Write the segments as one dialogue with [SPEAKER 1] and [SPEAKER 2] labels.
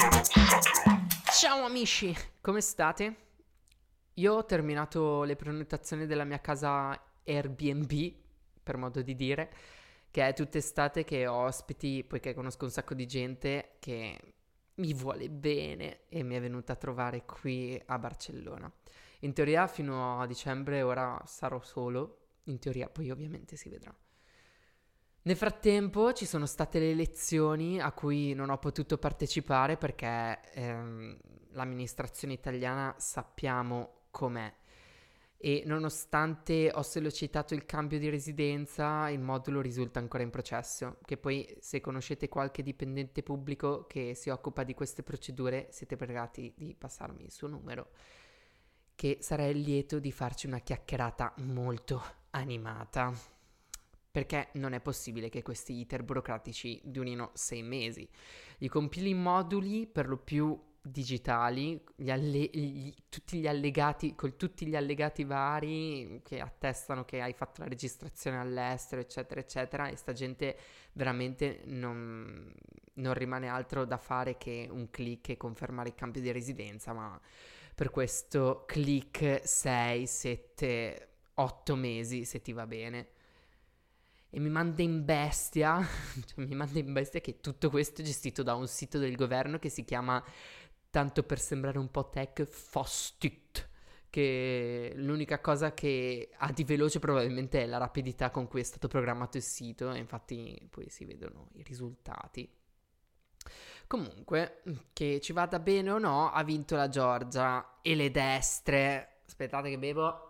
[SPEAKER 1] Ciao amici, come state? Io ho terminato le prenotazioni della mia casa Airbnb, per modo di dire, che è tutt'estate che ho ospiti, poiché conosco un sacco di gente che mi vuole bene e mi è venuta a trovare qui a Barcellona. In teoria fino a dicembre ora sarò solo, in teoria poi ovviamente si vedrà. Nel frattempo ci sono state le elezioni a cui non ho potuto partecipare perché l'amministrazione italiana sappiamo com'è e nonostante ho sollecitato il cambio di residenza, il modulo risulta ancora in processo, che poi se conoscete qualche dipendente pubblico che si occupa di queste procedure siete pregati di passarmi il suo numero, che sarei lieto di farci una chiacchierata molto animata. Perché non è possibile che questi iter burocratici durino 6 mesi. I compili moduli, per lo più digitali, tutti gli allegati, con tutti gli allegati vari che attestano che hai fatto la registrazione all'estero, eccetera, eccetera, e sta gente veramente non rimane altro da fare che un click e confermare il cambio di residenza, ma per questo click 6, 7, 8 mesi se ti va bene. E mi manda in bestia, cioè mi manda in bestia che tutto questo è gestito da un sito del governo che si chiama, tanto per sembrare un po' tech, Fostit, che l'unica cosa che ha di veloce probabilmente è la rapidità con cui è stato programmato il sito, e infatti poi si vedono i risultati. Comunque, che ci vada bene o no, ha vinto la Georgia e le destre. Aspettate che bevo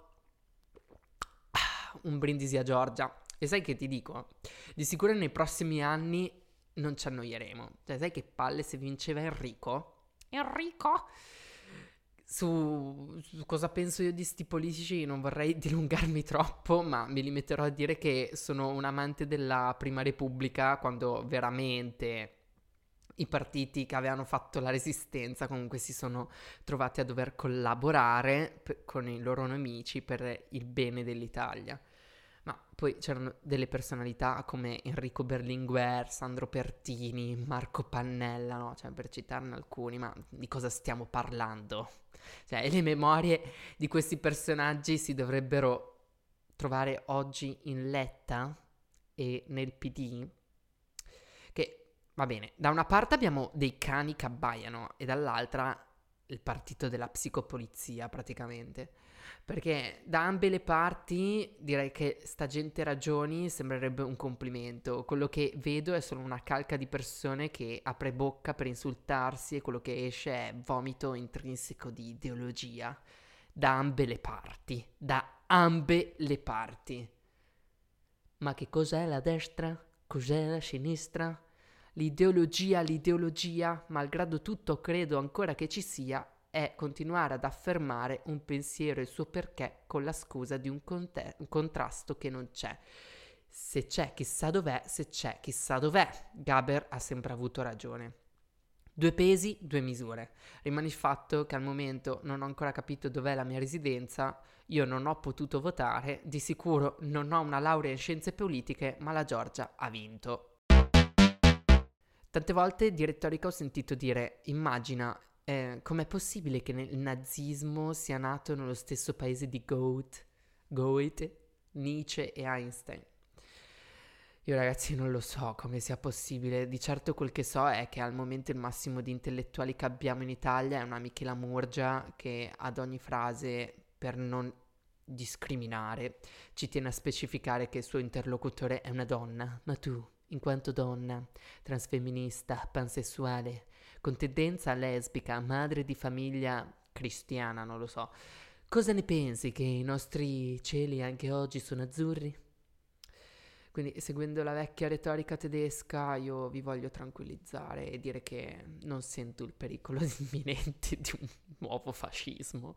[SPEAKER 1] un brindisi a Georgia. E sai che ti dico? Di sicuro nei prossimi anni non ci annoieremo. Cioè, sai che palle se vinceva Enrico? Enrico? Su cosa penso io di sti politici non vorrei dilungarmi troppo, ma mi limiterò a dire che sono un amante della Prima Repubblica, quando veramente i partiti che avevano fatto la resistenza comunque si sono trovati a dover collaborare con i loro nemici per il bene dell'Italia. Ma poi c'erano delle personalità come Enrico Berlinguer, Sandro Pertini, Marco Pannella, no? Cioè, per citarne alcuni, ma di cosa stiamo parlando? Cioè, le memorie di questi personaggi si dovrebbero trovare oggi in Letta e nel PD, che, va bene, da una parte abbiamo dei cani che abbaiano e dall'altra il partito della psicopolizia, praticamente. Perché da ambe le parti direi che sta gente ragioni sembrerebbe un complimento. Quello che vedo è solo una calca di persone che apre bocca per insultarsi e quello che esce è vomito intrinseco di ideologia. Da ambe le parti. Da ambe le parti. Ma che cos'è la destra? Cos'è la sinistra? L'ideologia, malgrado tutto credo ancora che ci sia, è continuare ad affermare un pensiero e il suo perché con la scusa di un contrasto che non c'è. Se c'è chissà dov'è, se c'è chissà dov'è. Gaber ha sempre avuto ragione. Due pesi, due misure. Rimane il fatto che al momento non ho ancora capito dov'è la mia residenza, io non ho potuto votare, di sicuro non ho una laurea in scienze politiche, ma la Georgia ha vinto. Tante volte di retorica ho sentito dire, immagina, com'è possibile che il nazismo sia nato nello stesso paese di Goethe, Nietzsche e Einstein? Io ragazzi non lo so come sia possibile, di certo quel che so è che al momento il massimo di intellettuali che abbiamo in Italia è una Michela Murgia che ad ogni frase, per non discriminare, ci tiene a specificare che il suo interlocutore è una donna, ma tu, in quanto donna, transfemminista, pansessuale, con tendenza lesbica, madre di famiglia cristiana, non lo so, cosa ne pensi che i nostri cieli anche oggi sono azzurri? Quindi, seguendo la vecchia retorica tedesca, io vi voglio tranquillizzare e dire che non sento il pericolo imminente di un nuovo fascismo.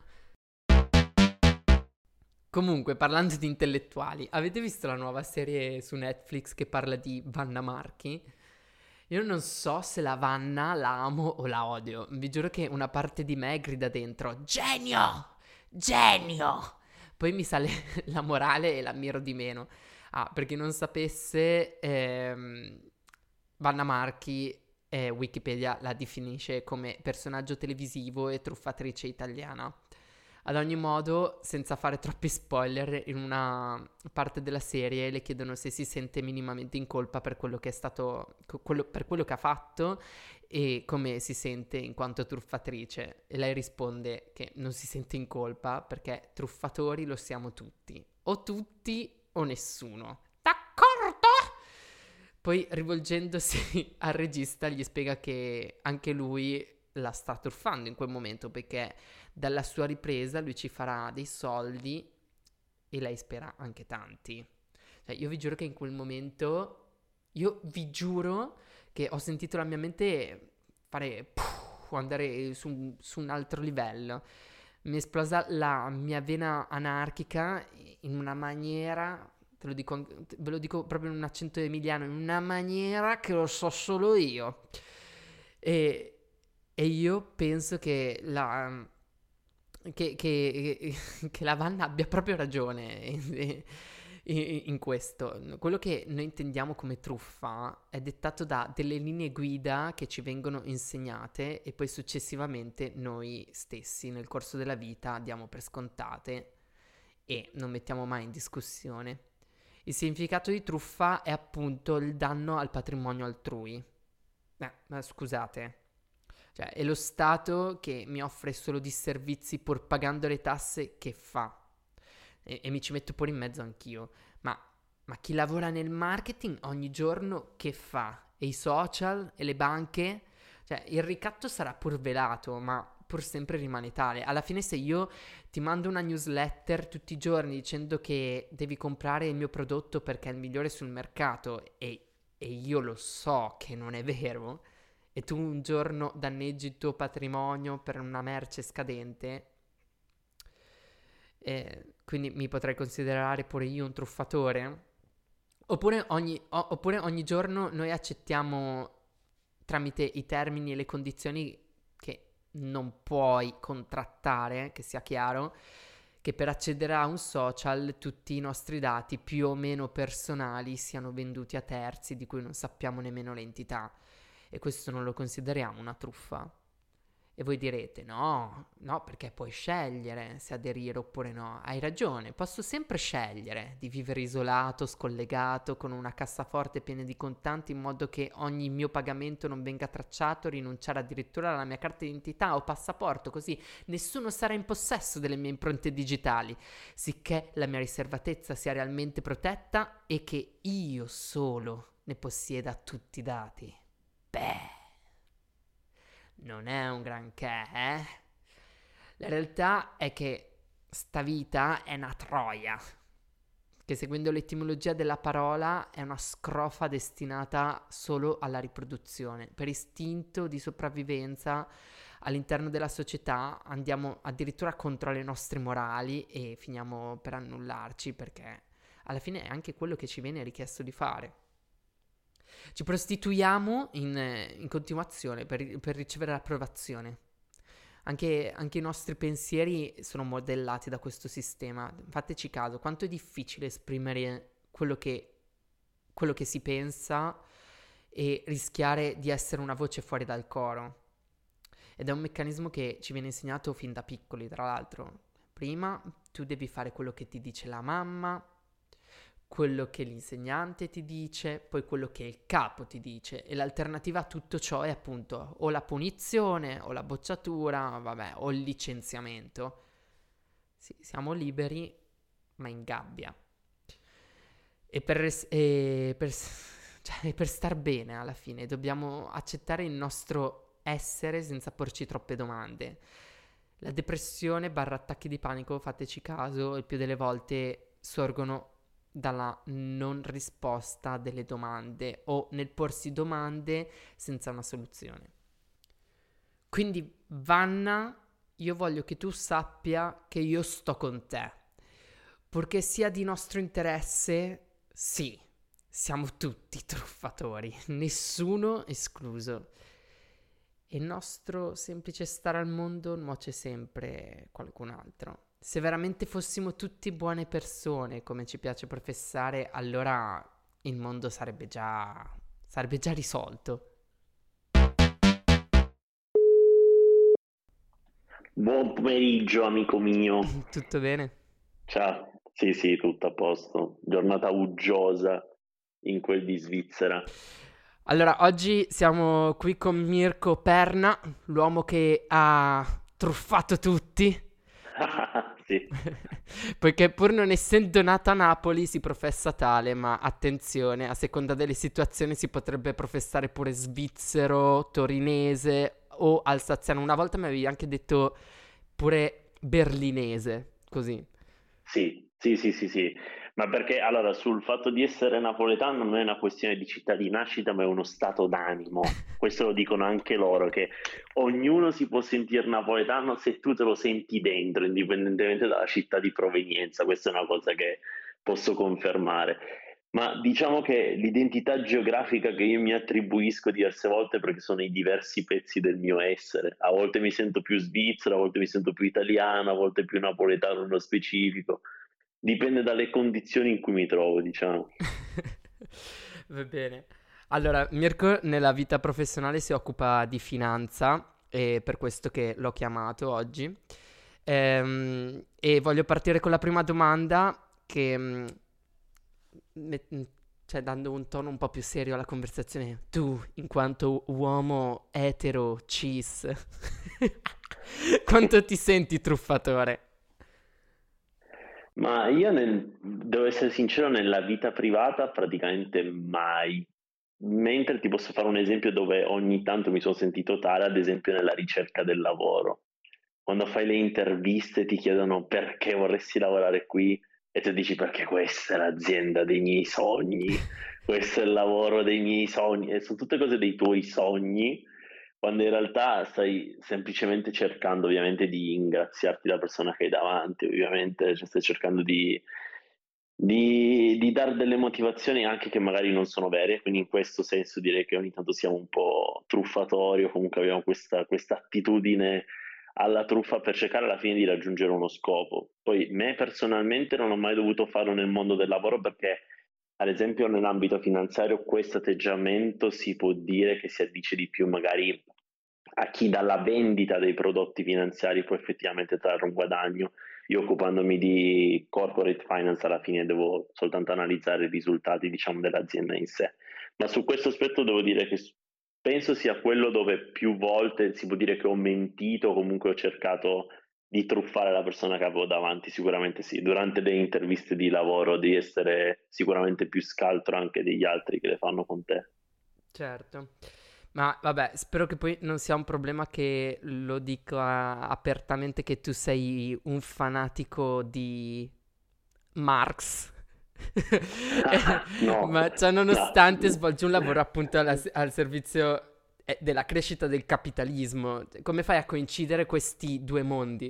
[SPEAKER 1] Comunque, parlando di intellettuali, avete visto la nuova serie su Netflix che parla di Vanna Marchi? Io non so se la Vanna la amo o la odio. Vi giuro che una parte di me grida dentro: genio! Genio! Poi mi sale la morale e l'ammiro di meno. Ah, per chi non sapesse, Vanna Marchi Wikipedia la definisce come personaggio televisivo e truffatrice italiana. Ad ogni modo, senza fare troppi spoiler, in una parte della serie le chiedono se si sente minimamente in colpa per quello che è stato, per quello che ha fatto e come si sente in quanto truffatrice. E lei risponde che non si sente in colpa perché truffatori lo siamo tutti, o nessuno. D'accordo? Poi rivolgendosi al regista gli spiega che anche lui la sta truffando in quel momento perché dalla sua ripresa lui ci farà dei soldi e lei spera anche tanti. Cioè, io vi giuro che in quel momento, io vi giuro che ho sentito la mia mente andare su un altro livello. Mi è esplosa la mia vena anarchica in una maniera, ve lo dico proprio in un accento emiliano, in una maniera che lo so solo io. E io penso che che la Vanna abbia proprio ragione in questo. Quello che noi intendiamo come truffa è dettato da delle linee guida che ci vengono insegnate e poi successivamente noi stessi nel corso della vita diamo per scontate e non mettiamo mai in discussione. Il significato di truffa è appunto il danno al patrimonio altrui. Ma scusate. Cioè, è lo Stato che mi offre solo disservizi pur pagando le tasse che fa. E mi ci metto pure in mezzo anch'io. Ma chi lavora nel marketing ogni giorno che fa? E i social? E le banche? Cioè, il ricatto sarà pur velato, ma pur sempre rimane tale. Alla fine se io ti mando una newsletter tutti i giorni dicendo che devi comprare il mio prodotto perché è il migliore sul mercato e io lo so che non è vero, e tu un giorno danneggi il tuo patrimonio per una merce scadente, quindi mi potrei considerare pure io un truffatore? Oppure ogni giorno noi accettiamo tramite i termini e le condizioni che non puoi contrattare, che sia chiaro, che per accedere a un social tutti i nostri dati più o meno personali siano venduti a terzi di cui non sappiamo nemmeno l'entità. E questo non lo consideriamo una truffa? E voi direte, no, perché puoi scegliere se aderire oppure no. Hai ragione, posso sempre scegliere di vivere isolato, scollegato, con una cassaforte piena di contanti in modo che ogni mio pagamento non venga tracciato, rinunciare addirittura alla mia carta d'identità o passaporto, così nessuno sarà in possesso delle mie impronte digitali, sicché la mia riservatezza sia realmente protetta e che io solo ne possieda tutti i dati. Beh, non è un granché, eh? La realtà è che sta vita è una troia, che seguendo l'etimologia della parola è una scrofa destinata solo alla riproduzione. Per istinto di sopravvivenza all'interno della società andiamo addirittura contro le nostre morali e finiamo per annullarci perché alla fine è anche quello che ci viene richiesto di fare. Ci prostituiamo in continuazione per ricevere l'approvazione. Anche i nostri pensieri sono modellati da questo sistema. Fateci caso, quanto è difficile esprimere quello che si pensa e rischiare di essere una voce fuori dal coro. Ed è un meccanismo che ci viene insegnato fin da piccoli, tra l'altro. Prima tu devi fare quello che ti dice la mamma, quello che l'insegnante ti dice, poi quello che il capo ti dice, e l'alternativa a tutto ciò è appunto o la punizione o la bocciatura, vabbè, o il licenziamento. Sì, siamo liberi, ma in gabbia. E per star bene alla fine dobbiamo accettare il nostro essere senza porci troppe domande. La depressione / attacchi di panico, fateci caso, il più delle volte sorgono dalla non risposta delle domande o nel porsi domande senza una soluzione. Quindi, Vanna, io voglio che tu sappia che io sto con te, purché sia di nostro interesse, sì, siamo tutti truffatori, nessuno escluso. E il nostro semplice stare al mondo nuoce sempre qualcun altro. Se veramente fossimo tutti buone persone, come ci piace professare, allora il mondo sarebbe già risolto.
[SPEAKER 2] Buon pomeriggio, amico mio.
[SPEAKER 1] Tutto bene?
[SPEAKER 2] Ciao. Sì, sì, tutto a posto. Giornata uggiosa in quel di Svizzera.
[SPEAKER 1] Allora, oggi siamo qui con Mirko Perna, l'uomo che ha truffato tutti,
[SPEAKER 2] Sì,
[SPEAKER 1] poiché pur non essendo nato a Napoli si professa tale, ma attenzione, a seconda delle situazioni si potrebbe professare pure svizzero, torinese o alsaziano. Una volta mi avevi anche detto pure berlinese, così.
[SPEAKER 2] sì, sì, sì, sì, sì. Ma perché allora sul fatto di essere napoletano non è una questione di città di nascita, ma è uno stato d'animo. Questo lo dicono anche loro, che ognuno si può sentire napoletano se tu te lo senti dentro, indipendentemente dalla città di provenienza. Questa è una cosa che posso confermare. Ma diciamo che l'identità geografica che io mi attribuisco diverse volte perché sono i diversi pezzi del mio essere. A volte mi sento più svizzero, a volte mi sento più italiano, a volte più napoletano nello specifico. Dipende dalle condizioni in cui mi trovo, diciamo.
[SPEAKER 1] Va bene. Allora, Mirko nella vita professionale si occupa di finanza e per questo che l'ho chiamato oggi. E voglio partire con la prima domanda che, cioè dando un tono un po' più serio alla conversazione. Tu, in quanto uomo etero, cis, quanto ti senti truffatore?
[SPEAKER 2] Ma io devo essere sincero, nella vita privata praticamente mai. Mentre ti posso fare un esempio dove ogni tanto mi sono sentito tale, ad esempio nella ricerca del lavoro. Quando fai le interviste ti chiedono perché vorresti lavorare qui e tu dici perché questa è l'azienda dei miei sogni, questo è il lavoro dei miei sogni e sono tutte cose dei tuoi sogni, quando in realtà stai semplicemente cercando ovviamente di ingraziarti la persona che hai davanti, ovviamente, cioè stai cercando di dare delle motivazioni anche che magari non sono vere, quindi in questo senso direi che ogni tanto siamo un po' truffatori o comunque abbiamo questa attitudine alla truffa per cercare alla fine di raggiungere uno scopo. Poi me personalmente non ho mai dovuto farlo nel mondo del lavoro perché, ad esempio, nell'ambito finanziario questo atteggiamento si può dire che si addice di più magari a chi dalla vendita dei prodotti finanziari può effettivamente trarre un guadagno. Io occupandomi di corporate finance alla fine devo soltanto analizzare i risultati, diciamo, dell'azienda in sé. Ma su questo aspetto devo dire che penso sia quello dove più volte si può dire che ho mentito o comunque ho cercato di truffare la persona che avevo davanti, sicuramente sì. Durante le interviste di lavoro devi essere sicuramente più scaltro anche degli altri che le fanno con te.
[SPEAKER 1] Certo. Ma vabbè, spero che poi non sia un problema che lo dica apertamente che tu sei un fanatico di Marx.
[SPEAKER 2] No,
[SPEAKER 1] Ma cioè,
[SPEAKER 2] no.
[SPEAKER 1] nonostante svolgi un lavoro appunto al servizio della crescita del capitalismo, come fai a coincidere questi due mondi?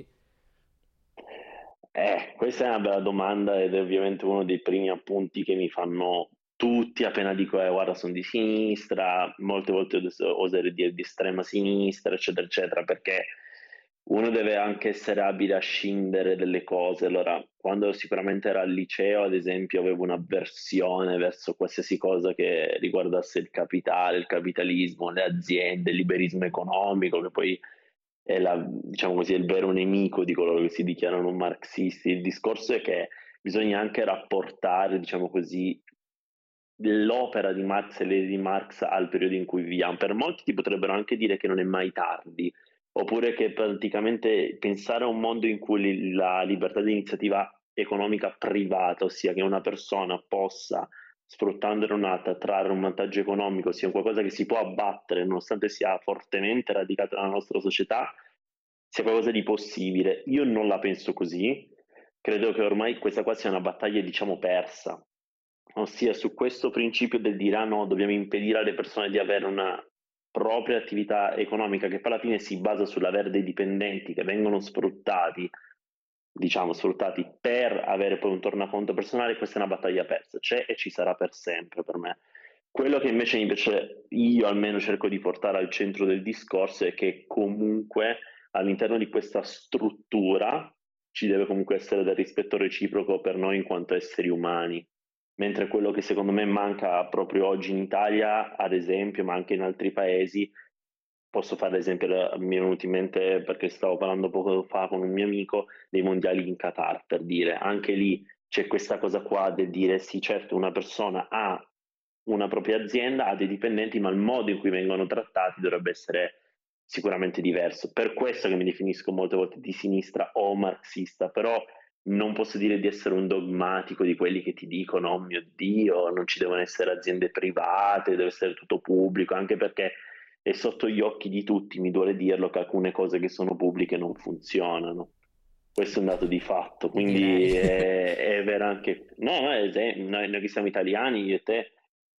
[SPEAKER 2] Questa è una bella domanda ed è ovviamente uno dei primi appunti che mi fanno tutti appena dico, guarda, sono di sinistra, molte volte oserei dire di estrema sinistra, eccetera, eccetera, perché uno deve anche essere abile a scindere delle cose. Allora, quando sicuramente era al liceo, ad esempio, avevo un'avversione verso qualsiasi cosa che riguardasse il capitale, il capitalismo, le aziende, il liberismo economico, che poi è diciamo così, il vero nemico di coloro che si dichiarano marxisti. Il discorso è che bisogna anche rapportare, diciamo così, l'opera di Marx e le idee di Marx al periodo in cui viviamo. Per molti ti potrebbero anche dire che non è mai tardi, oppure che praticamente pensare a un mondo in cui la libertà di iniziativa economica privata, ossia che una persona possa, sfruttandone un'altra, trarre un vantaggio economico, sia qualcosa che si può abbattere, nonostante sia fortemente radicato nella nostra società, sia qualcosa di possibile. Io non la penso così, credo che ormai questa qua sia una battaglia, diciamo, persa, ossia su questo principio del dire ah no, dobbiamo impedire alle persone di avere una propria attività economica che poi alla fine si basa sull'avere dei dipendenti che vengono sfruttati, diciamo sfruttati per avere poi un tornaconto personale, questa è una battaglia persa, c'è e ci sarà per sempre per me. Quello che invece io almeno cerco di portare al centro del discorso è che comunque all'interno di questa struttura ci deve comunque essere del rispetto reciproco per noi in quanto esseri umani. Mentre quello che secondo me manca proprio oggi in Italia, ad esempio, ma anche in altri paesi, Posso fare l'esempio, mi è venuto in mente perché stavo parlando poco fa con un mio amico dei mondiali in Qatar, per dire, anche lì c'è questa cosa qua del dire sì, certo, una persona ha una propria azienda, ha dei dipendenti, ma il modo in cui vengono trattati dovrebbe essere sicuramente diverso. Per questo che mi definisco molte volte di sinistra o marxista, però non posso dire di essere un dogmatico di quelli che ti dicono, oh mio Dio, non ci devono essere aziende private, deve essere tutto pubblico, anche perché è sotto gli occhi di tutti, mi duole dirlo, che alcune cose che sono pubbliche non funzionano. Questo è un dato di fatto,
[SPEAKER 1] direi.
[SPEAKER 2] quindi è vero anche... No, no, noi che siamo italiani, io e te,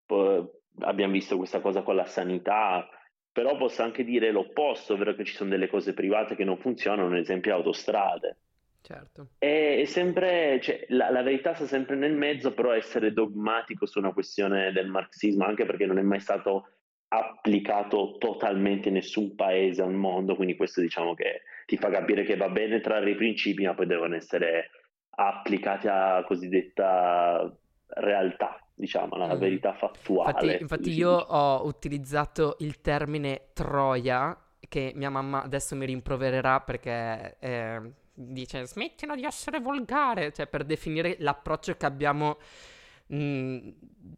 [SPEAKER 2] abbiamo visto questa cosa con la sanità, però posso anche dire l'opposto, ovvero che ci sono delle cose private che non funzionano, ad esempio autostrade.
[SPEAKER 1] Certo.
[SPEAKER 2] È sempre, cioè, la verità sta sempre nel mezzo, però essere dogmatico su una questione del marxismo, anche perché non è mai stato applicato totalmente in nessun paese al mondo, quindi questo diciamo che ti fa capire che va bene trarre i principi, ma poi devono essere applicati a cosiddetta realtà, diciamo, la
[SPEAKER 1] Mm.
[SPEAKER 2] verità
[SPEAKER 1] Infatti,
[SPEAKER 2] fattuale,
[SPEAKER 1] infatti
[SPEAKER 2] così si
[SPEAKER 1] io
[SPEAKER 2] dice.
[SPEAKER 1] ho utilizzato il termine troia, che mia mamma adesso mi rimprovererà perché dice smettila di essere volgare, cioè per definire l'approccio che abbiamo, mm,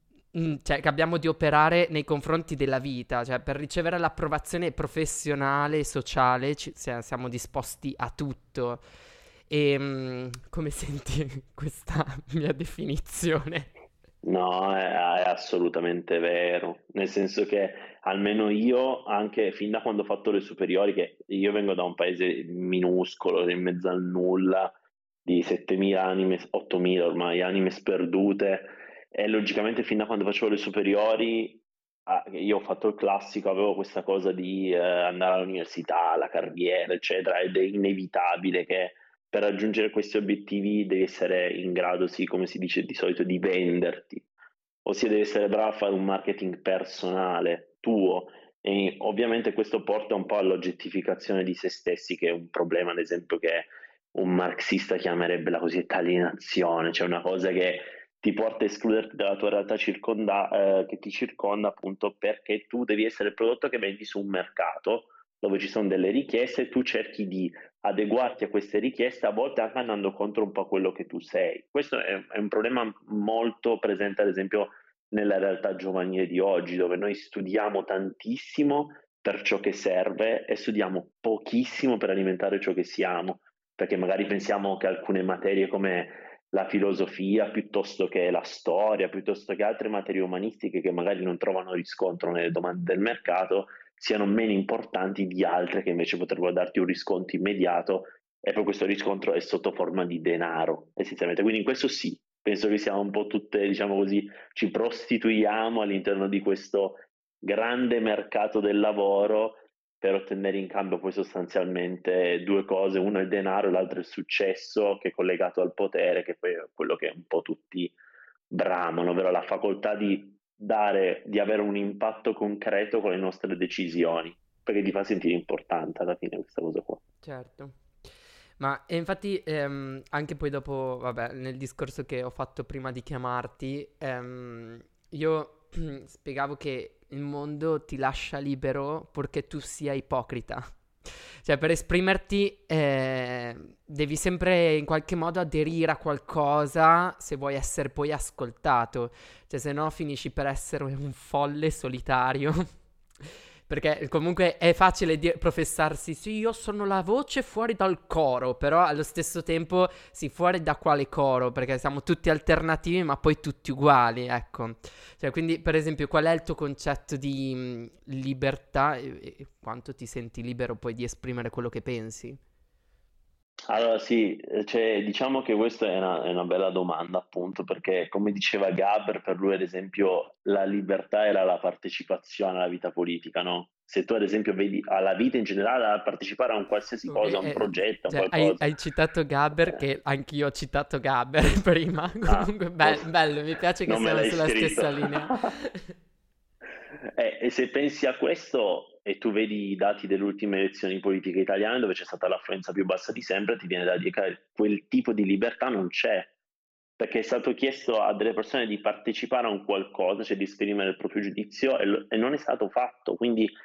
[SPEAKER 1] cioè che abbiamo di operare nei confronti della vita, cioè per ricevere l'approvazione professionale e sociale siamo disposti a tutto. E come senti questa mia definizione?
[SPEAKER 2] No, è assolutamente vero, nel senso che almeno io, anche fin da quando ho fatto le superiori, che io vengo da un paese minuscolo, in mezzo al nulla, di 7.000 anime, 8.000 ormai anime sperdute, e logicamente fin da quando facevo le superiori, io ho fatto il classico, avevo questa cosa di andare all'università, la carriera, eccetera, ed è inevitabile che per raggiungere questi obiettivi devi essere in grado, sì, come si dice di solito, di venderti, ossia devi essere bravo a fare un marketing personale tuo e ovviamente questo porta un po' all'oggettificazione di se stessi, che è un problema, ad esempio, che un marxista chiamerebbe la cosiddetta alienazione, cioè una cosa che ti porta a escluderti dalla tua realtà che ti circonda appunto perché tu devi essere il prodotto che vendi su un mercato dove ci sono delle richieste e tu cerchi di adeguarti a queste richieste, a volte anche andando contro un po' quello che tu sei. Questo è un problema molto presente, ad esempio, nella realtà giovanile di oggi, dove noi studiamo tantissimo per ciò che serve e studiamo pochissimo per alimentare ciò che siamo, perché magari pensiamo che alcune materie come la filosofia, piuttosto che la storia, piuttosto che altre materie umanistiche che magari non trovano riscontro nelle domande del mercato, siano meno importanti di altre che invece potrebbero darti un riscontro immediato e poi questo riscontro è sotto forma di denaro, essenzialmente. Quindi in questo sì, penso che siamo un po' tutte, diciamo così, ci prostituiamo all'interno di questo grande mercato del lavoro per ottenere in cambio poi sostanzialmente due cose, uno è il denaro e l'altro è il successo che è collegato al potere, che poi è quello che un po' tutti bramano, ovvero la facoltà di avere un impatto concreto con le nostre decisioni, perché ti fa sentire importante alla fine questa cosa qua.
[SPEAKER 1] Certo. Ma e infatti anche poi dopo, vabbè, nel discorso che ho fatto prima di chiamarti, io spiegavo che il mondo ti lascia libero purché tu sia ipocrita. Cioè, per esprimerti devi sempre in qualche modo aderire a qualcosa se vuoi essere poi ascoltato. Cioè, se no finisci per essere un folle solitario. Perché comunque è facile professarsi, sì, io sono la voce fuori dal coro, però allo stesso tempo, sì, fuori da quale coro? Perché siamo tutti alternativi, ma poi tutti uguali, ecco. Cioè, quindi, per esempio, qual è il tuo concetto di libertà e quanto ti senti libero poi di esprimere quello che pensi?
[SPEAKER 2] Allora sì, cioè, diciamo che questa è una bella domanda appunto perché come diceva Gaber, per lui ad esempio la libertà era la partecipazione alla vita politica, no? Se tu ad esempio vedi alla vita in generale, a partecipare a un qualsiasi cosa, a un progetto, a un
[SPEAKER 1] Cioè, hai,
[SPEAKER 2] qualcosa.
[SPEAKER 1] hai citato Gabber, che anch'io ho citato Gabber prima.
[SPEAKER 2] Ah,
[SPEAKER 1] Comunque,
[SPEAKER 2] posso-
[SPEAKER 1] bello, mi piace che
[SPEAKER 2] non me
[SPEAKER 1] siamo
[SPEAKER 2] l'hai
[SPEAKER 1] sulla
[SPEAKER 2] scritto.
[SPEAKER 1] stessa linea.
[SPEAKER 2] E se pensi a questo e tu vedi i dati delle ultime elezioni politiche italiane dove c'è stata l'affluenza più bassa di sempre, ti viene da dire che quel tipo di libertà non c'è, perché è stato chiesto a delle persone di partecipare a un qualcosa, cioè di esprimere il proprio giudizio e non è stato fatto. Quindi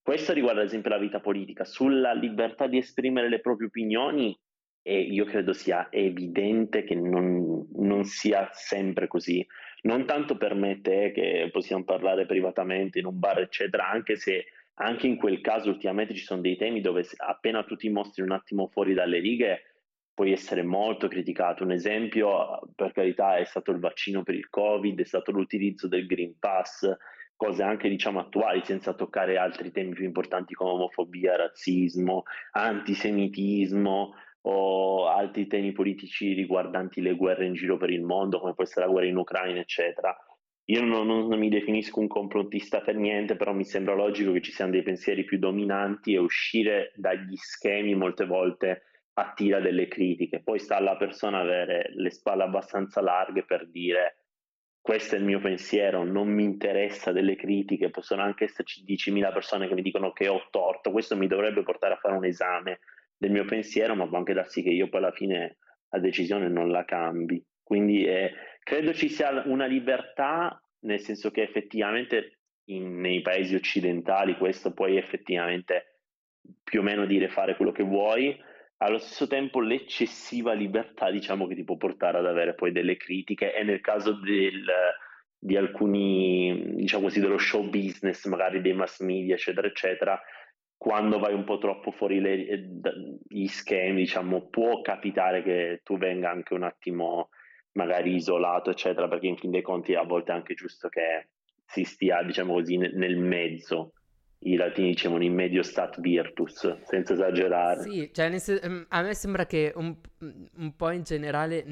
[SPEAKER 2] Questo riguarda ad esempio la vita politica. Sulla libertà di esprimere le proprie opinioni, io credo sia evidente che non sia sempre così. Non tanto per me e te, che possiamo parlare privatamente in un bar, eccetera, anche se anche in quel caso ultimamente ci sono dei temi dove appena tu ti mostri un attimo fuori dalle righe puoi essere molto criticato. Un esempio, per carità, è stato il vaccino per il Covid, è stato l'utilizzo del Green Pass, cose anche diciamo attuali, senza toccare altri temi più importanti come omofobia, razzismo, antisemitismo o altri temi politici riguardanti le guerre in giro per il mondo, come può essere la guerra in Ucraina, eccetera. Io non mi definisco un complottista per niente, però mi sembra logico che ci siano dei pensieri più dominanti e uscire dagli schemi molte volte attira delle critiche. Poi sta alla persona avere le spalle abbastanza larghe per dire questo è il mio pensiero, non mi interessa delle critiche, possono anche esserci 10.000 persone che mi dicono che ho torto, questo mi dovrebbe portare a fare un esame del mio pensiero, ma può anche darsi che io poi alla fine la decisione non la cambi. Quindi credo ci sia una libertà, nel senso che effettivamente nei paesi occidentali questo puoi effettivamente più o meno dire fare quello che vuoi, allo stesso tempo l'eccessiva libertà diciamo che ti può portare ad avere poi delle critiche e nel caso di alcuni, diciamo così, dello show business, magari dei mass media, eccetera, eccetera, quando vai un po' troppo fuori gli schemi, diciamo, può capitare che tu venga anche un attimo magari isolato, eccetera, perché in fin dei conti a volte è anche giusto che si stia, diciamo così, nel mezzo. I latini dicevano in medio stat virtus, senza esagerare.
[SPEAKER 1] Sì, cioè a me sembra che un po' in generale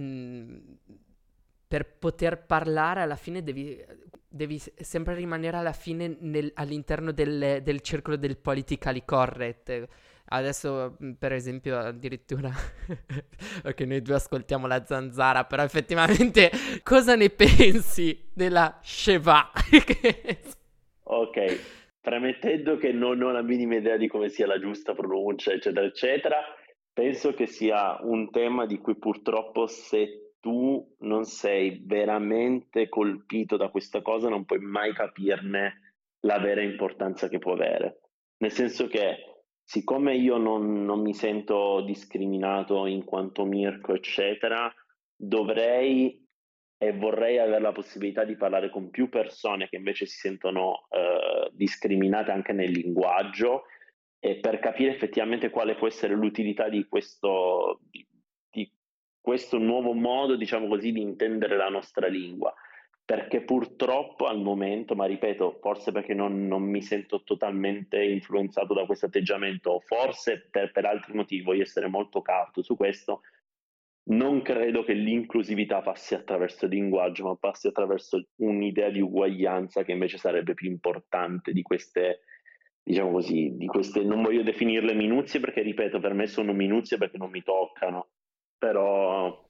[SPEAKER 1] per poter parlare alla fine devi sempre rimanere alla fine all'interno del circolo del politically correct. Adesso, per esempio, addirittura che noi due ascoltiamo la zanzara, però effettivamente cosa ne pensi della Sheva?
[SPEAKER 2] Ok, premettendo che non ho la minima idea di come sia la giusta pronuncia, eccetera, eccetera, penso che sia un tema di cui purtroppo se tu non sei veramente colpito da questa cosa non puoi mai capirne la vera importanza che può avere. Nel senso che siccome io non mi sento discriminato in quanto Mirko, eccetera, dovrei e vorrei avere la possibilità di parlare con più persone che invece si sentono discriminate anche nel linguaggio e per capire effettivamente quale può essere l'utilità di questo nuovo modo, diciamo così, di intendere la nostra lingua. Perché purtroppo al momento, ma ripeto, forse perché non mi sento totalmente influenzato da questo atteggiamento, o forse per altri motivi, voglio essere molto cauto su questo, non credo che l'inclusività passi attraverso il linguaggio, ma passi attraverso un'idea di uguaglianza che invece sarebbe più importante di queste, diciamo così, di queste, non voglio definirle minuzie perché, ripeto, per me sono minuzie perché non mi toccano, però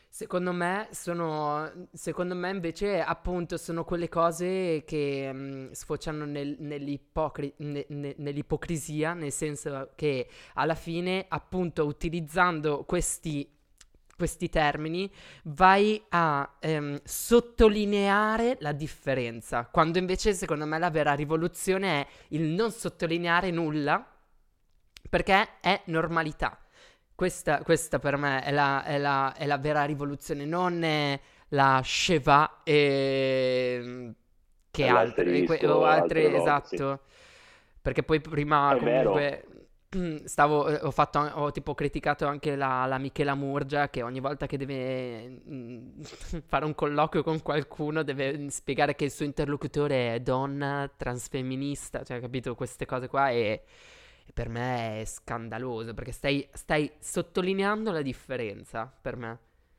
[SPEAKER 1] Secondo me invece appunto sono quelle cose che sfociano nell'ipocrisia, nel senso che alla fine appunto utilizzando questi termini vai a sottolineare la differenza, quando invece secondo me la vera rivoluzione è il non sottolineare nulla perché è normalità. Questa per me è la vera rivoluzione, non è la Sheva che altre, o
[SPEAKER 2] l'asterisco, altre
[SPEAKER 1] altre,
[SPEAKER 2] robe, sì.
[SPEAKER 1] esatto. Perché poi prima
[SPEAKER 2] È vero,
[SPEAKER 1] comunque ho tipo criticato anche la Michela Murgia che ogni volta che deve fare un colloquio con qualcuno deve spiegare che il suo interlocutore è donna, transfemminista, cioè capito queste cose qua e per me è scandaloso perché stai sottolineando la differenza per me.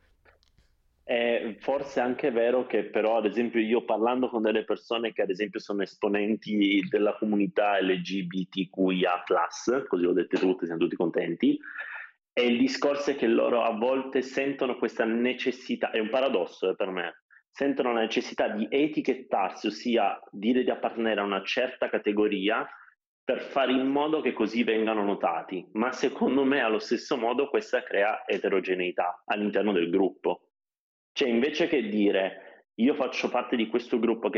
[SPEAKER 2] è forse anche vero che però, ad esempio, io parlando con delle persone che ad esempio sono esponenti della comunità LGBTQIA+, così lo dette tutte, siamo tutti contenti, e il discorso è che loro a volte sentono questa necessità, è un paradosso per me, sentono la necessità di etichettarsi, ossia dire di appartenere a una certa categoria per fare in modo che così vengano notati, ma secondo me allo stesso modo questa crea eterogeneità all'interno del gruppo. Cioè, invece che dire io faccio parte di questo gruppo che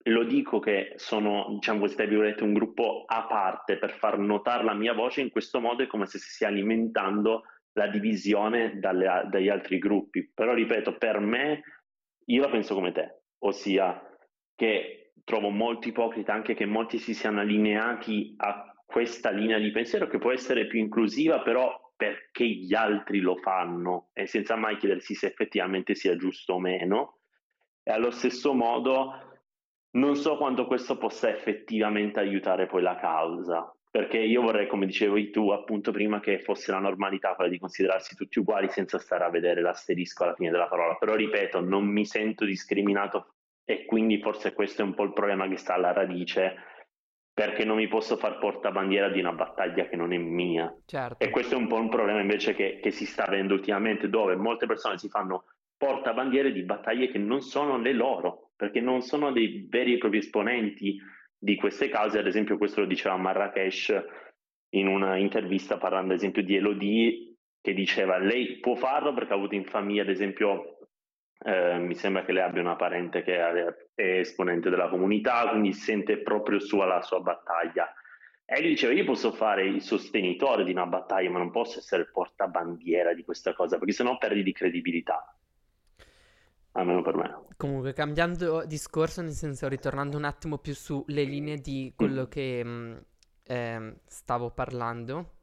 [SPEAKER 2] lo dico che sono, diciamo così, tra virgolette, un gruppo a parte per far notare la mia voce, in questo modo è come se si stia alimentando la divisione dagli altri gruppi. Però ripeto, per me, io la penso come te, ossia che trovo molto ipocrita anche che molti si siano allineati a questa linea di pensiero che può essere più inclusiva, però perché gli altri lo fanno e senza mai chiedersi se effettivamente sia giusto o meno. E allo stesso modo non so quanto questo possa effettivamente aiutare poi la causa, perché io vorrei, come dicevi tu appunto prima, che fosse la normalità quella di considerarsi tutti uguali senza stare a vedere l'asterisco alla fine della parola. Però ripeto, non mi sento discriminato e quindi forse questo è un po' il problema che sta alla radice, perché non mi posso far portabandiera di una battaglia che non è mia. E
[SPEAKER 1] Certo.
[SPEAKER 2] questo è un po' un problema invece che si sta avendo ultimamente, dove molte persone si fanno portabandiere di battaglie che non sono le loro, perché non sono dei veri e propri esponenti di queste cause. Ad esempio questo lo diceva Marrakesh in una intervista parlando ad esempio di Elodie, che diceva lei può farlo perché ha avuto in famiglia ad esempio mi sembra che lei abbia una parente che è esponente della comunità, quindi sente proprio sua la sua battaglia. E lui diceva, io posso fare il sostenitore di una battaglia, ma non posso essere il portabandiera di questa cosa, perché sennò perdi di credibilità, almeno per me.
[SPEAKER 1] Comunque, cambiando discorso, nel senso, ritornando un attimo più sulle linee di quello
[SPEAKER 2] Mm.
[SPEAKER 1] che stavo parlando,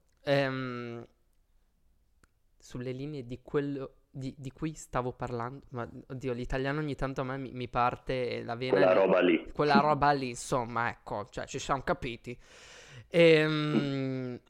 [SPEAKER 1] sulle linee di quello di cui stavo parlando, ma oddio, l'italiano ogni tanto a me mi parte la vena,
[SPEAKER 2] Quella roba lì.
[SPEAKER 1] quella roba lì, insomma, ecco, cioè ci siamo capiti.
[SPEAKER 2] Mm.
[SPEAKER 1] Ehm,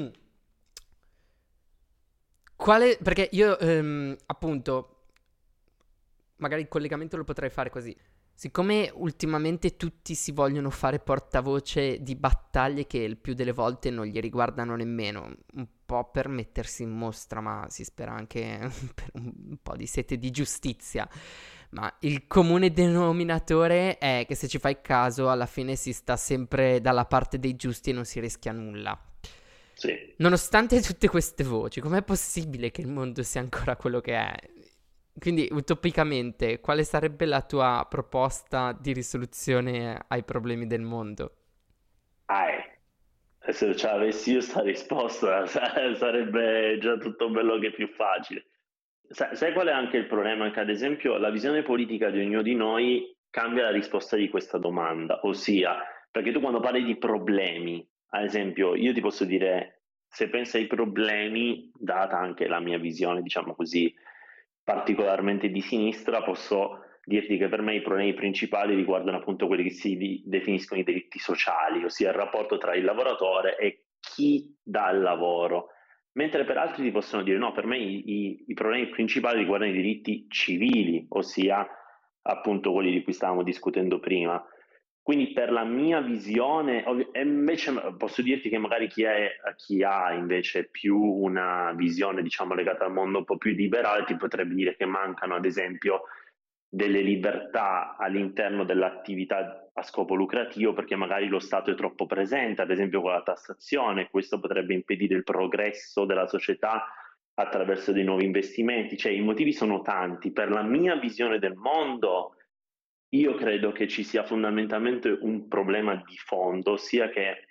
[SPEAKER 1] perché io, appunto, magari il collegamento lo potrei fare così. Siccome ultimamente tutti si vogliono fare portavoce di battaglie che il più delle volte non gli riguardano nemmeno, un po' per mettersi in mostra, ma si spera anche per un po' di sete di giustizia. Ma il comune denominatore è che se ci fai caso, alla fine si sta sempre dalla parte dei giusti e non si rischia nulla.
[SPEAKER 2] Sì.
[SPEAKER 1] Nonostante tutte queste voci, com'è possibile che il mondo sia ancora quello che è? Quindi, utopicamente, quale sarebbe la tua proposta di risoluzione ai problemi del mondo?
[SPEAKER 2] Ah, se ce l'avessi io sta risposta sarebbe già tutto bello che più facile. Sai qual è anche il problema? Che ad esempio la visione politica di ognuno di noi cambia la risposta di questa domanda, ossia, perché tu quando parli di problemi, ad esempio, io ti posso dire, se pensi ai problemi, data anche la mia visione, diciamo così, particolarmente di sinistra, posso dirti che per me i problemi principali riguardano appunto quelli che si definiscono i diritti sociali, ossia il rapporto tra il lavoratore e chi dà il lavoro. Mentre per altri ti possono dire no, per me i problemi principali riguardano i diritti civili, ossia appunto quelli di cui stavamo discutendo prima. Quindi per la mia visione, e invece posso dirti che magari chi ha invece più una visione, diciamo, legata al mondo un po' più liberale, ti potrebbe dire che mancano, ad esempio, delle libertà all'interno dell'attività a scopo lucrativo perché magari lo Stato è troppo presente, ad esempio con la tassazione, questo potrebbe impedire il progresso della società attraverso dei nuovi investimenti, cioè i motivi sono tanti. Per la mia visione del mondo, io credo che ci sia fondamentalmente un problema di fondo, ossia che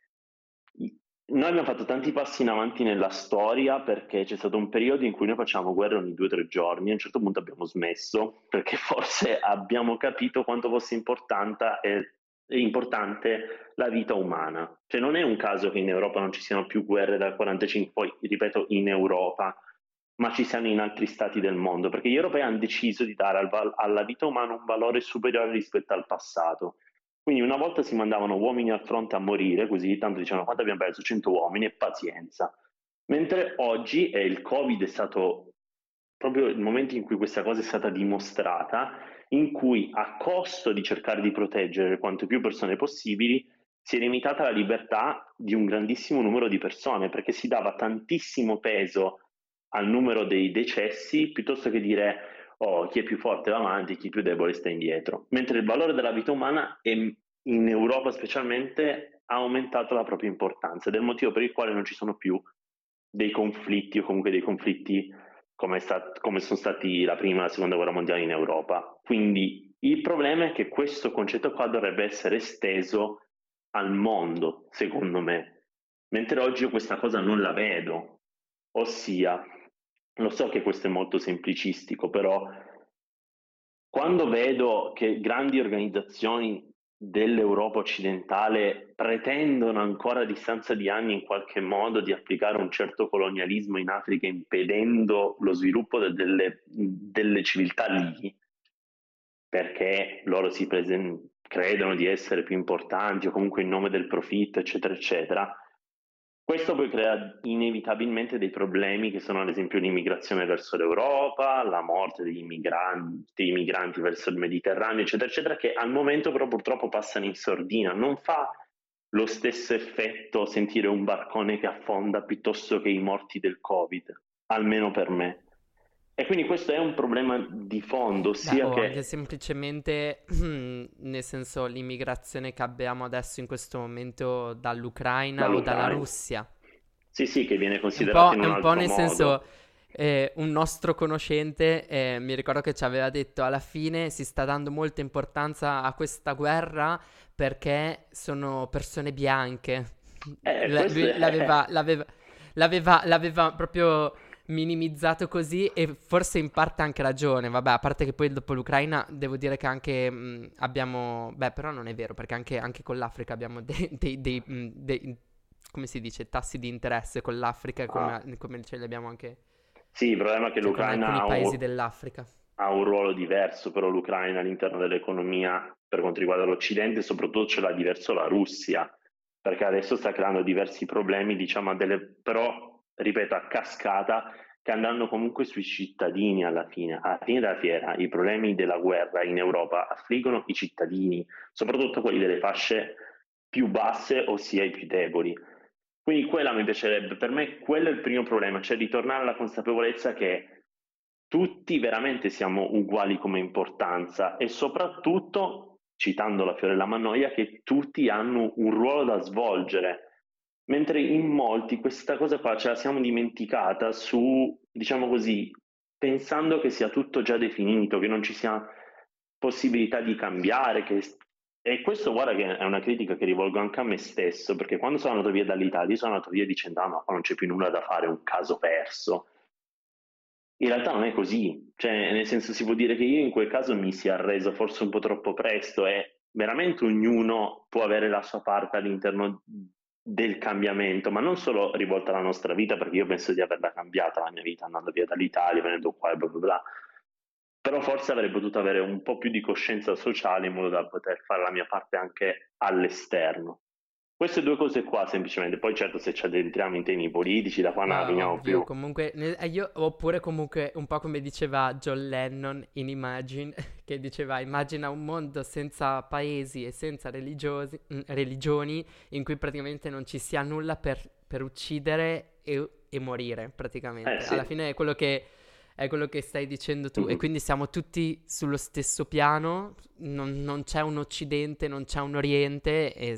[SPEAKER 2] noi abbiamo fatto tanti passi in avanti nella storia perché c'è stato un periodo in cui noi facciamo guerra ogni 2 o 3 giorni, a un certo punto abbiamo smesso perché forse abbiamo capito quanto fosse importante la vita umana. Cioè non è un caso che in Europa non ci siano più guerre dal 45, poi ripeto in Europa, ma ci siano in altri stati del mondo, perché gli europei hanno deciso di dare alla vita umana un valore superiore rispetto al passato. Quindi una volta si mandavano uomini al fronte a morire, così tanto dicevano quanto abbiamo perso? 100 uomini e pazienza. Mentre oggi, e il Covid è stato proprio il momento in cui questa cosa è stata dimostrata, in cui a costo di cercare di proteggere quante più persone possibili, si è limitata la libertà di un grandissimo numero di persone, perché si dava tantissimo peso al numero dei decessi piuttosto che dire oh, chi è più forte va avanti, chi è più debole sta indietro. Mentre il valore della vita umana in Europa specialmente ha aumentato la propria importanza ed è il motivo per il quale non ci sono più dei conflitti o comunque dei conflitti come sono stati la prima e la seconda guerra mondiale in Europa. Quindi Il problema è che questo concetto qua dovrebbe essere esteso al mondo, secondo me, mentre oggi io questa cosa non la vedo. Ossia, lo so che questo è molto semplicistico, però quando vedo che grandi organizzazioni dell'Europa occidentale pretendono ancora a distanza di anni in qualche modo di applicare un certo colonialismo in Africa, impedendo lo sviluppo delle civiltà lì, perché loro credono di essere più importanti o comunque in nome del profitto, eccetera, eccetera, questo poi crea inevitabilmente dei problemi che sono ad esempio l'immigrazione verso l'Europa, la morte degli migranti verso il Mediterraneo, eccetera, eccetera, che al momento però purtroppo passano in sordina. Non fa lo stesso effetto sentire un barcone che affonda piuttosto che i morti del Covid, almeno per me. E quindi questo è un problema di fondo,
[SPEAKER 1] Beh,
[SPEAKER 2] ossia
[SPEAKER 1] o anche
[SPEAKER 2] che
[SPEAKER 1] semplicemente, nel senso, l'immigrazione che abbiamo adesso in questo momento dall'Ucraina o dalla
[SPEAKER 2] dall'Ucraina.
[SPEAKER 1] Russia.
[SPEAKER 2] Sì, sì, che viene considerato in
[SPEAKER 1] È
[SPEAKER 2] un
[SPEAKER 1] un po'
[SPEAKER 2] altro
[SPEAKER 1] nel senso,
[SPEAKER 2] modo.
[SPEAKER 1] un nostro conoscente mi ricordo che ci aveva detto alla fine si sta dando molta importanza a questa guerra perché sono persone bianche.
[SPEAKER 2] Questo
[SPEAKER 1] Lui
[SPEAKER 2] è...
[SPEAKER 1] l'aveva proprio minimizzato così e forse in parte ha anche ragione. Vabbè, a parte che poi dopo l'Ucraina devo dire che anche abbiamo... Beh, però non è vero perché anche con l'Africa abbiamo come si dice, tassi di interesse con l'Africa
[SPEAKER 2] Ah,
[SPEAKER 1] come ce li abbiamo anche
[SPEAKER 2] sì, il problema è che
[SPEAKER 1] cioè, con
[SPEAKER 2] l'Ucraina
[SPEAKER 1] alcuni paesi dell'Africa.
[SPEAKER 2] ha un ruolo diverso, però l'Ucraina all'interno dell'economia per quanto riguarda l'Occidente, soprattutto ce l'ha diverso la Russia, perché adesso sta creando diversi problemi, diciamo, però, ripeto, a cascata, che andranno comunque sui cittadini alla fine. Alla fine della fiera, i problemi della guerra in Europa affliggono i cittadini, soprattutto quelli delle fasce più basse, ossia i più deboli. Quindi quella mi piacerebbe, per me quello è il primo problema, cioè ritornare alla consapevolezza che tutti veramente siamo uguali come importanza e soprattutto, citando la Fiorella Mannoia, che tutti hanno un ruolo da svolgere, mentre in molti questa cosa qua ce la siamo dimenticata su, diciamo così, pensando che sia tutto già definito, che non ci sia possibilità di cambiare, e questo guarda che è una critica che rivolgo anche a me stesso, perché quando sono andato via dall'Italia, io sono andato via dicendo, ah ma qua non c'è più nulla da fare, è un caso perso. In realtà non è così, cioè nel senso si può dire che io in quel caso mi sia arreso forse un po' troppo presto e veramente ognuno può avere la sua parte all'interno del cambiamento, ma non solo rivolta alla nostra vita, perché io penso di averla cambiata la mia vita andando via dall'Italia, venendo qua e bla bla bla, però forse avrei potuto avere un po' più di coscienza sociale in modo da poter fare la mia parte anche all'esterno. Queste due cose qua semplicemente, poi certo se ci addentriamo in temi politici da qua non la
[SPEAKER 1] Ma
[SPEAKER 2] finiamo
[SPEAKER 1] ovvio,
[SPEAKER 2] più.
[SPEAKER 1] comunque, oppure comunque un po' come diceva John Lennon in Imagine, che diceva immagina un mondo senza paesi e senza religioni in cui praticamente non ci sia nulla per uccidere e morire,
[SPEAKER 2] Eh
[SPEAKER 1] praticamente.
[SPEAKER 2] sì.
[SPEAKER 1] Alla fine è quello che stai dicendo tu e
[SPEAKER 2] Mhm.
[SPEAKER 1] quindi siamo tutti sullo stesso piano, non c'è un occidente, non c'è un oriente e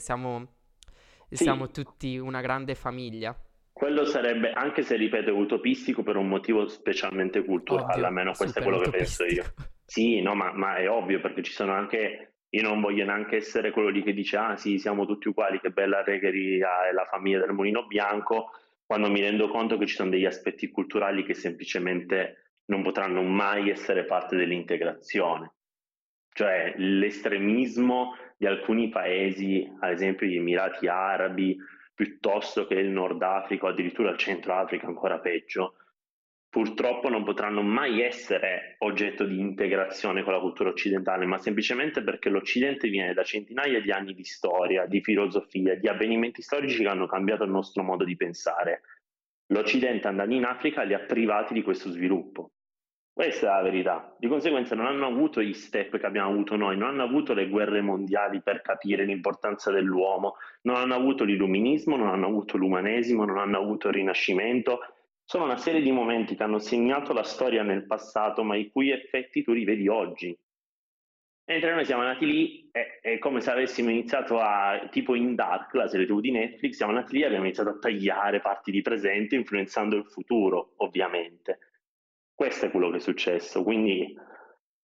[SPEAKER 1] siamo
[SPEAKER 2] Sì,
[SPEAKER 1] tutti una grande famiglia.
[SPEAKER 2] quello sarebbe, anche se ripeto, è utopistico per un motivo specialmente culturale,
[SPEAKER 1] Ovvio,
[SPEAKER 2] almeno questo è
[SPEAKER 1] super
[SPEAKER 2] quello che penso
[SPEAKER 1] utopistico.
[SPEAKER 2] io. Sì, no, ma è ovvio perché ci sono anche, io non voglio neanche essere quello lì che dice, ah sì, siamo tutti uguali, che bella regheria è la famiglia del mulino bianco, quando mi rendo conto che ci sono degli aspetti culturali che semplicemente non potranno mai essere parte dell'integrazione. Cioè l'estremismo di alcuni paesi, ad esempio gli Emirati Arabi, piuttosto che il Nord Africa o addirittura il Centro Africa, ancora peggio, purtroppo non potranno mai essere oggetto di integrazione con la cultura occidentale, ma semplicemente perché l'Occidente viene da centinaia di anni di storia, di filosofia, di avvenimenti storici che hanno cambiato il nostro modo di pensare. L'Occidente andando in Africa li ha privati di questo sviluppo. Questa è la verità. Di conseguenza non hanno avuto gli step che abbiamo avuto noi, non hanno avuto le guerre mondiali per capire l'importanza dell'uomo, non hanno avuto l'illuminismo, non hanno avuto l'umanesimo, non hanno avuto il Rinascimento. Sono una serie di momenti che hanno segnato la storia nel passato, ma i cui effetti tu rivedi oggi. Mentre noi siamo nati lì, è come se avessimo iniziato a, tipo in Dark, la serie TV di Netflix, siamo nati lì e abbiamo iniziato a tagliare parti di presente, influenzando il futuro, ovviamente. Questo è quello che è successo, quindi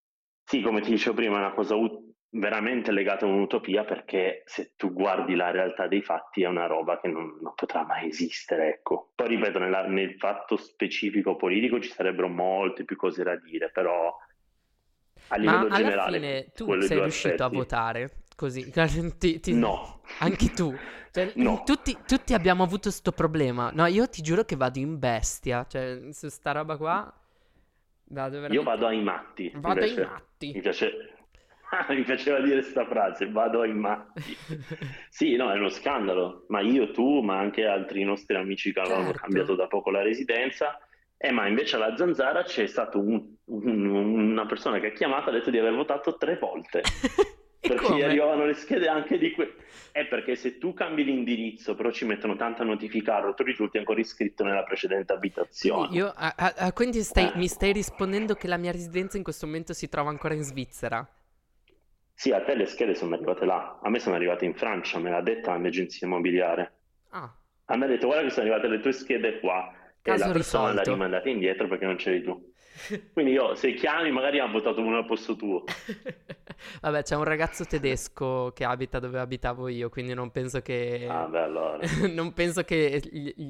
[SPEAKER 2] Sì, come ti dicevo prima, è una cosa veramente legata a un'utopia, perché se tu guardi la realtà dei fatti è una roba che non potrà mai esistere, ecco. Poi ripeto, nel fatto specifico politico ci sarebbero molte più cose da dire, però a
[SPEAKER 1] Ma
[SPEAKER 2] livello
[SPEAKER 1] alla
[SPEAKER 2] generale
[SPEAKER 1] fine tu
[SPEAKER 2] quelle
[SPEAKER 1] sei
[SPEAKER 2] due
[SPEAKER 1] riuscito a
[SPEAKER 2] aspetti.
[SPEAKER 1] votare così?
[SPEAKER 2] No,
[SPEAKER 1] Anche tu? Cioè,
[SPEAKER 2] no.
[SPEAKER 1] tutti abbiamo avuto sto problema. No, io ti giuro che vado in bestia. Cioè, su sta roba qua vado
[SPEAKER 2] Io
[SPEAKER 1] veramente...
[SPEAKER 2] vado ai matti,
[SPEAKER 1] Vado ai
[SPEAKER 2] invece.
[SPEAKER 1] matti.
[SPEAKER 2] Mi piace... Mi piaceva dire questa frase, vado ai matti. Sì, no, è uno scandalo, ma io, tu, ma anche altri nostri amici che avevano
[SPEAKER 1] Certo.
[SPEAKER 2] cambiato da poco la residenza, ma invece alla Zanzara c'è stato una persona che ha chiamato e ha detto di aver votato 3 volte,
[SPEAKER 1] E
[SPEAKER 2] perché gli
[SPEAKER 1] come?
[SPEAKER 2] arrivavano le schede anche di È perché se tu cambi l'indirizzo, però ci mettono tanta notificarlo, tu risulti ancora iscritto nella precedente
[SPEAKER 1] Quindi
[SPEAKER 2] abitazione.
[SPEAKER 1] io... quindi mi
[SPEAKER 2] Eh.
[SPEAKER 1] stai rispondendo che la mia residenza in questo momento si trova ancora in Svizzera?
[SPEAKER 2] Sì, a te le schede sono arrivate là, a me sono arrivate in Francia, me l'ha detta la mia agenzia immobiliare.
[SPEAKER 1] Ah,
[SPEAKER 2] A me ha detto guarda che sono arrivate le tue schede qua e la
[SPEAKER 1] caso
[SPEAKER 2] persona l'ha
[SPEAKER 1] risolto.
[SPEAKER 2] rimandata indietro perché non c'eri tu. Quindi io, se chiami, magari ha votato uno al posto tuo.
[SPEAKER 1] Vabbè, c'è un ragazzo tedesco che abita dove abitavo io, quindi
[SPEAKER 2] Ah, beh, allora.
[SPEAKER 1] non penso che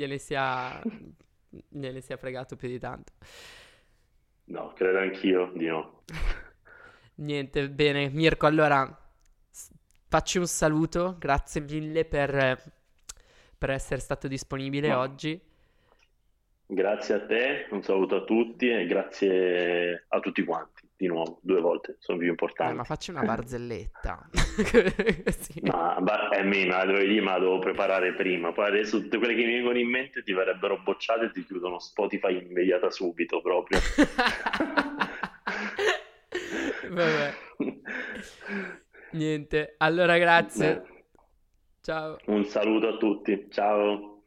[SPEAKER 1] gliene sia fregato più di tanto.
[SPEAKER 2] No, credo anch'io di no.
[SPEAKER 1] Niente, bene, Mirko, allora s- facci un saluto, grazie mille per essere stato disponibile
[SPEAKER 2] Ma
[SPEAKER 1] oggi.
[SPEAKER 2] grazie a te, un saluto a tutti e grazie a tutti quanti, di nuovo, 2 volte, sono più
[SPEAKER 1] Ma
[SPEAKER 2] importanti.
[SPEAKER 1] facci una barzelletta. Sì.
[SPEAKER 2] Me la dovevi dire, ma la devo preparare prima. Poi adesso tutte quelle che mi vengono in mente ti verrebbero bocciate e ti chiudono Spotify immediata subito proprio.
[SPEAKER 1] Vabbè. Niente, allora
[SPEAKER 2] Eh,
[SPEAKER 1] grazie. Ciao.
[SPEAKER 2] un saluto a tutti, ciao.